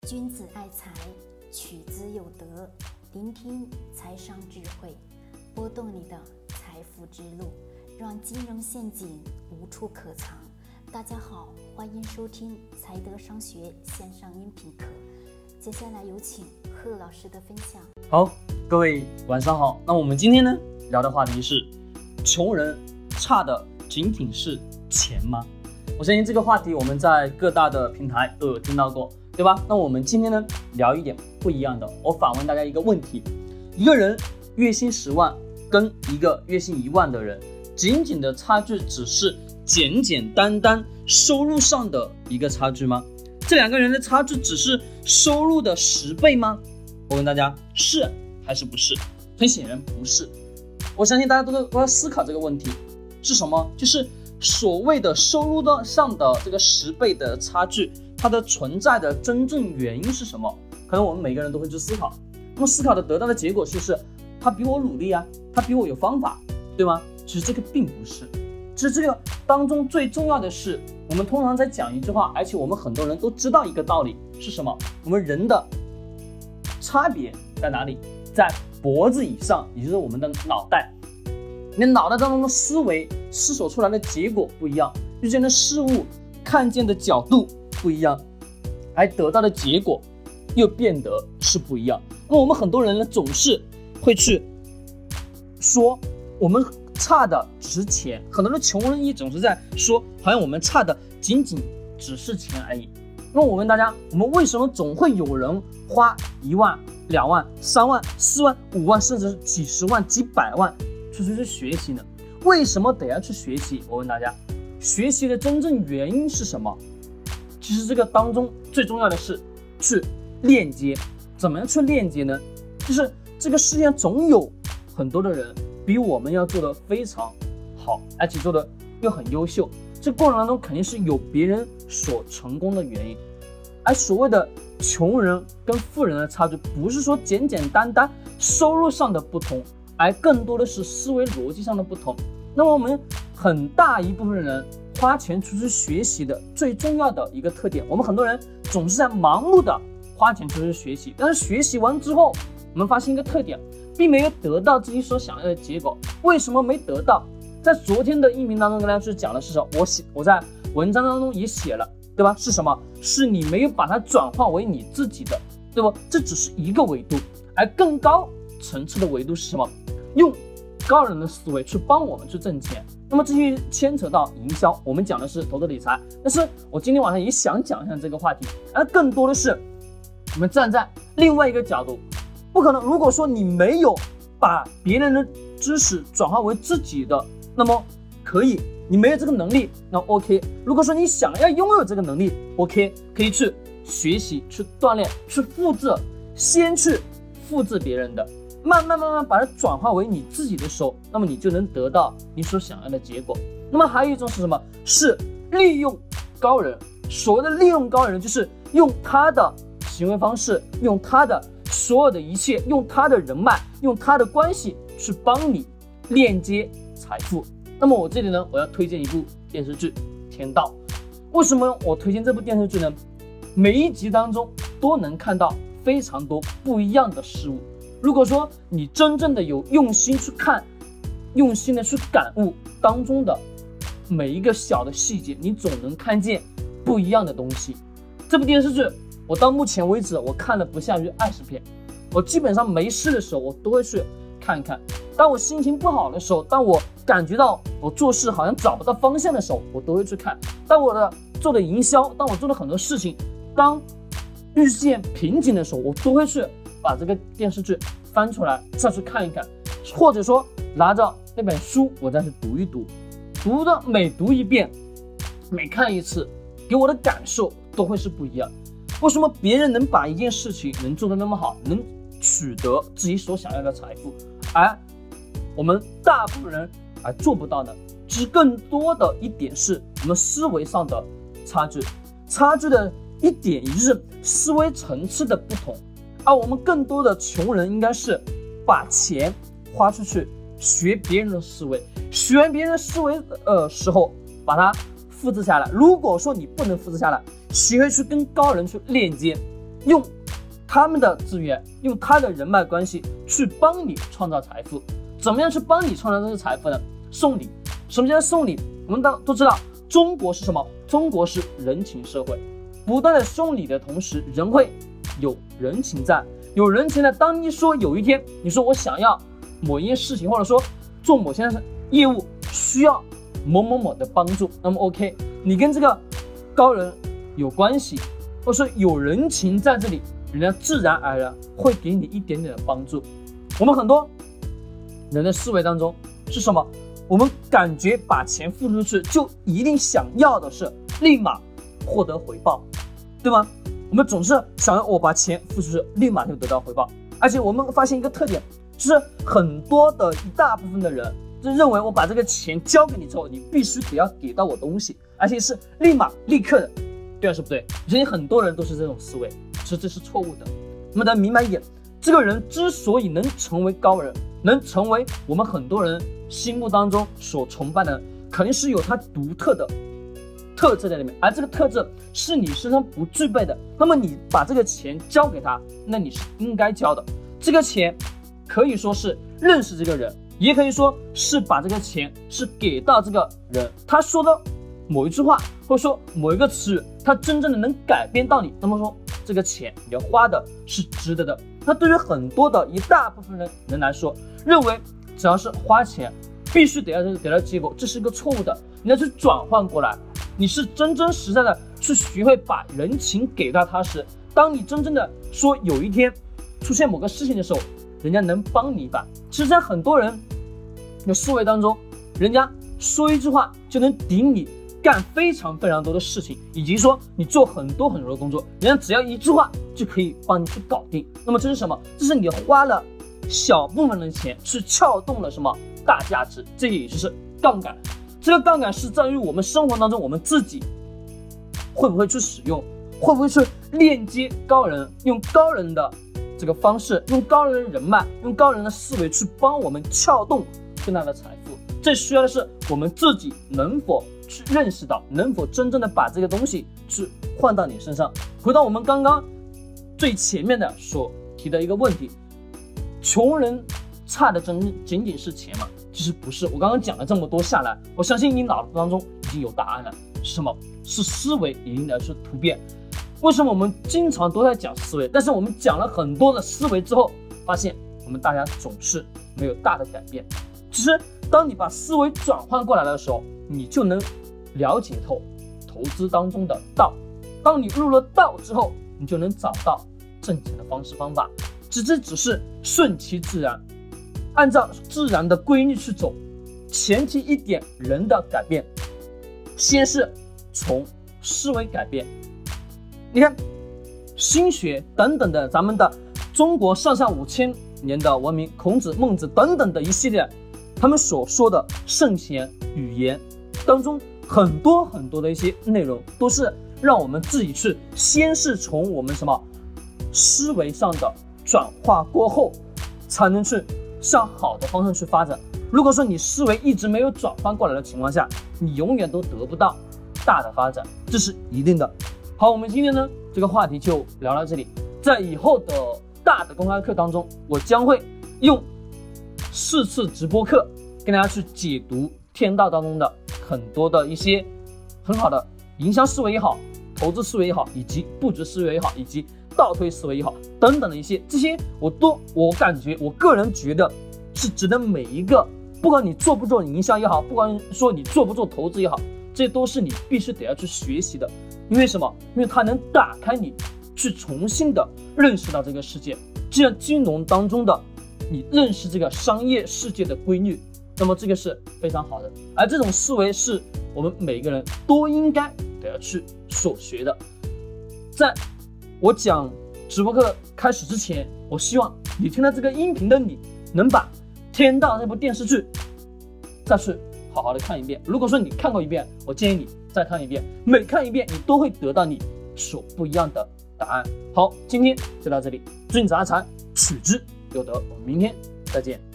君子爱财，取之有德。聆听财商智慧，拨动你的财富之路，让金融陷阱无处可藏。大家好，欢迎收听财德商学线上音频课。接下来有请贺老师的分享。 好，各位晚上好。那我们今天呢聊的话题是：穷人差的仅仅是钱吗？我相信这个话题我们在各大的平台都有听到过，对吧？那我们今天呢聊一点不一样的。我反问大家一个问题：一个人月薪10万跟一个月薪1万的人，仅仅的差距只是简简单单收入上的一个差距吗？这两个人的差距只是收入的10倍吗？我问大家，是还是不是？很显然不是。我相信大家都要思考这个问题是什么，就是所谓的收入上的这个10倍的差距，它的存在的真正原因是什么？可能我们每个人都会去思考。那么思考的得到的结果就是他比我努力啊，他比我有方法，对吗？其实这个并不是。其实这个当中最重要的是，我们通常在讲一句话，而且我们很多人都知道一个道理是什么？我们人的差别在哪里？在脖子以上，也就是我们的脑袋。你脑袋当中的思维思索出来的结果不一样，遇见的事物看见的角度不一样，而得到的结果又变得是不一样。那我们很多人呢，总是会去说我们差的只是钱，很多的穷人也总是在说，好像我们差的仅仅只是钱而已。那么我问大家，我们为什么总会有人花1万、2万、3万、4万、5万，甚至几十万、几百万去学习呢？为什么得要去学习？我问大家，学习的真正原因是什么？其实这个当中最重要的是去链接。怎么样去链接呢？就是这个世界上总有很多的人比我们要做得非常好，而且做得又很优秀。这过程当中肯定是有别人所成功的原因。而所谓的穷人跟富人的差距，不是说简简单单收入上的不同，而更多的是思维逻辑上的不同。那么我们很大一部分人花钱出去学习的最重要的一个特点，我们很多人总是在盲目的花钱出去学习，但是学习完之后，我们发现一个特点，并没有得到自己所想要的结果。为什么没得到？在昨天的音频当中跟大家去讲的是什么？我在文章当中也写了，对吧？是什么？是你没有把它转化为你自己的，对不？这只是一个维度，而更高层次的维度是什么？用高人的思维去帮我们去挣钱。那么这些牵扯到营销，我们讲的是投资理财，但是我今天晚上也想讲一下这个话题，而更多的是我们站在另外一个角度。不可能，如果说你没有把别人的知识转化为自己的，那么可以，你没有这个能力，那 OK。如果说你想要拥有这个能力 ，OK， 可以去学习、去锻炼、去复制，先去复制别人的，慢慢把它转化为你自己的时候，那么你就能得到你所想要的结果。那么还有一种是什么？是利用高人。所谓的利用高人，就是用他的行为方式，用他的所有的一切，用他的人脉，用他的关系去帮你链接财富。那么我这里呢，我要推荐一部电视剧《天道》。为什么我推荐这部电视剧呢？每一集当中都能看到非常多不一样的事物。如果说你真正的有用心去看，用心的去感悟当中的每一个小的细节，你总能看见不一样的东西。这部电视剧我到目前为止我看了不下于20遍，我基本上没事的时候我都会去看一看。当我心情不好的时候，当我感觉到我做事好像找不到方向的时候，我都会去看。当我做的营销，当我做的很多事情，当遇见瓶颈的时候，我都会去把这个电视剧翻出来再去看一看，或者说拿着那本书我再去读一读。读的每读一遍，每看一次，给我的感受都会是不一样。为什么别人能把一件事情能做得那么好，能取得自己所想要的财富，而我们大部分人还做不到呢？其实更多的一点是我们思维上的差距，差距的一点也就是思维层次的不同。而我们更多的穷人应该是把钱花出去学别人的思维，学完别人的思维时候把它复制下来。如果说你不能复制下来，学会去跟高人去链接， 用他们的资源，用他的人脉关系去帮你创造财富。怎么样去帮你创造这些财富呢？送礼。什么叫送礼？我们都知道，中国是什么？中国是人情社会，不断的送礼的同时，人会有人情在，有人情在。当你说有一天你说我想要某一件事情，或者说做某些业务需要某某某的帮助，那么 OK， 你跟这个高人有关系，或者说有人情在这里，人家自然而然会给你一点点的帮助。我们很多人的思维当中是什么？我们感觉把钱付出去，就一定想要的是立马获得回报，对吗？我们总是想要我把钱付出去，立马就得到回报。而且我们发现一个特点，就是很多的一大部分的人就认为我把这个钱交给你之后，你必须得要给到我东西，而且是立马立刻的，对还是不对？我相信很多人都是这种思维，其实这是错误的。我们得明白一点，这个人之所以能成为高人，能成为我们很多人心目当中所崇拜的人，肯定是有他独特的特质在里面，而这个特质是你身上不具备的。那么你把这个钱交给他，那你是应该交的。这个钱可以说是认识这个人，也可以说是把这个钱是给到这个人，他说的某一句话，或者说某一个词语，他真正的能改变到你，那么说这个钱你要花的是值得的。那对于很多的一大部分人来说，认为只要是花钱必须得到结果，这是一个错误的。你要去转换过来，你是真真实在的去学会把人情给到他时，当你真正的说有一天出现某个事情的时候，人家能帮你一把。其实在很多人的思维当中，人家说一句话就能顶你干非常非常多的事情，以及说你做很多很多的工作，人家只要一句话就可以帮你去搞定。那么这是什么？这是你花了小部分的钱去撬动了什么大价值，这也就是杠杆。这个杠杆是在于我们生活当中，我们自己会不会去使用，会不会去链接高人，用高人的这个方式，用高人的人脉，用高人的思维去帮我们撬动更大的财富。这需要的是我们自己能否去认识到，能否真正的把这个东西去换到你身上。回到我们刚刚最前面的所提的一个问题，穷人差的仅仅是钱吗？其实不是。我刚刚讲了这么多下来，我相信你脑子当中已经有答案了。是什么？是思维引来是突变。为什么我们经常都在讲思维，但是我们讲了很多的思维之后，发现我们大家总是没有大的改变。其实当你把思维转换过来的时候，你就能了解透投资当中的道。当你入了道之后，你就能找到挣钱的方式方法。这只是顺其自然，按照自然的规律去走。前提一点，人的改变先是从思维改变。你看心学等等的，咱们的中国上下5000年的文明，孔子孟子等等的一系列，他们所说的圣贤语言当中，很多很多的一些内容都是让我们自己去先是从我们什么思维上的转化过后，才能去向好的方向去发展。如果说你思维一直没有转换过来的情况下，你永远都得不到大的发展，这是一定的。好，我们今天呢这个话题就聊到这里。在以后的大的公开课当中，我将会用4次直播课跟大家去解读天道当中的很多的一些很好的营销思维也好，投资思维也好，以及布局思维也好，以及倒推思维也好等等的一些，这些我感觉我个人觉得是值得每一个，不管你做不做营销也好，不管说你做不做投资也好，这都是你必须得要去学习的。因为什么？因为它能打开你去重新的认识到这个世界，就像金融当中的你认识这个商业世界的规律，那么这个是非常好的。而这种思维是我们每一个人都应该得要去所学的。在我讲直播课开始之前，我希望你听到这个音频的你能把《天道》这部电视剧再去好好的看一遍。如果说你看过一遍，我建议你再看一遍，每看一遍你都会得到你所不一样的答案。好，今天就到这里，祝你早上财，取之有德，我们明天再见。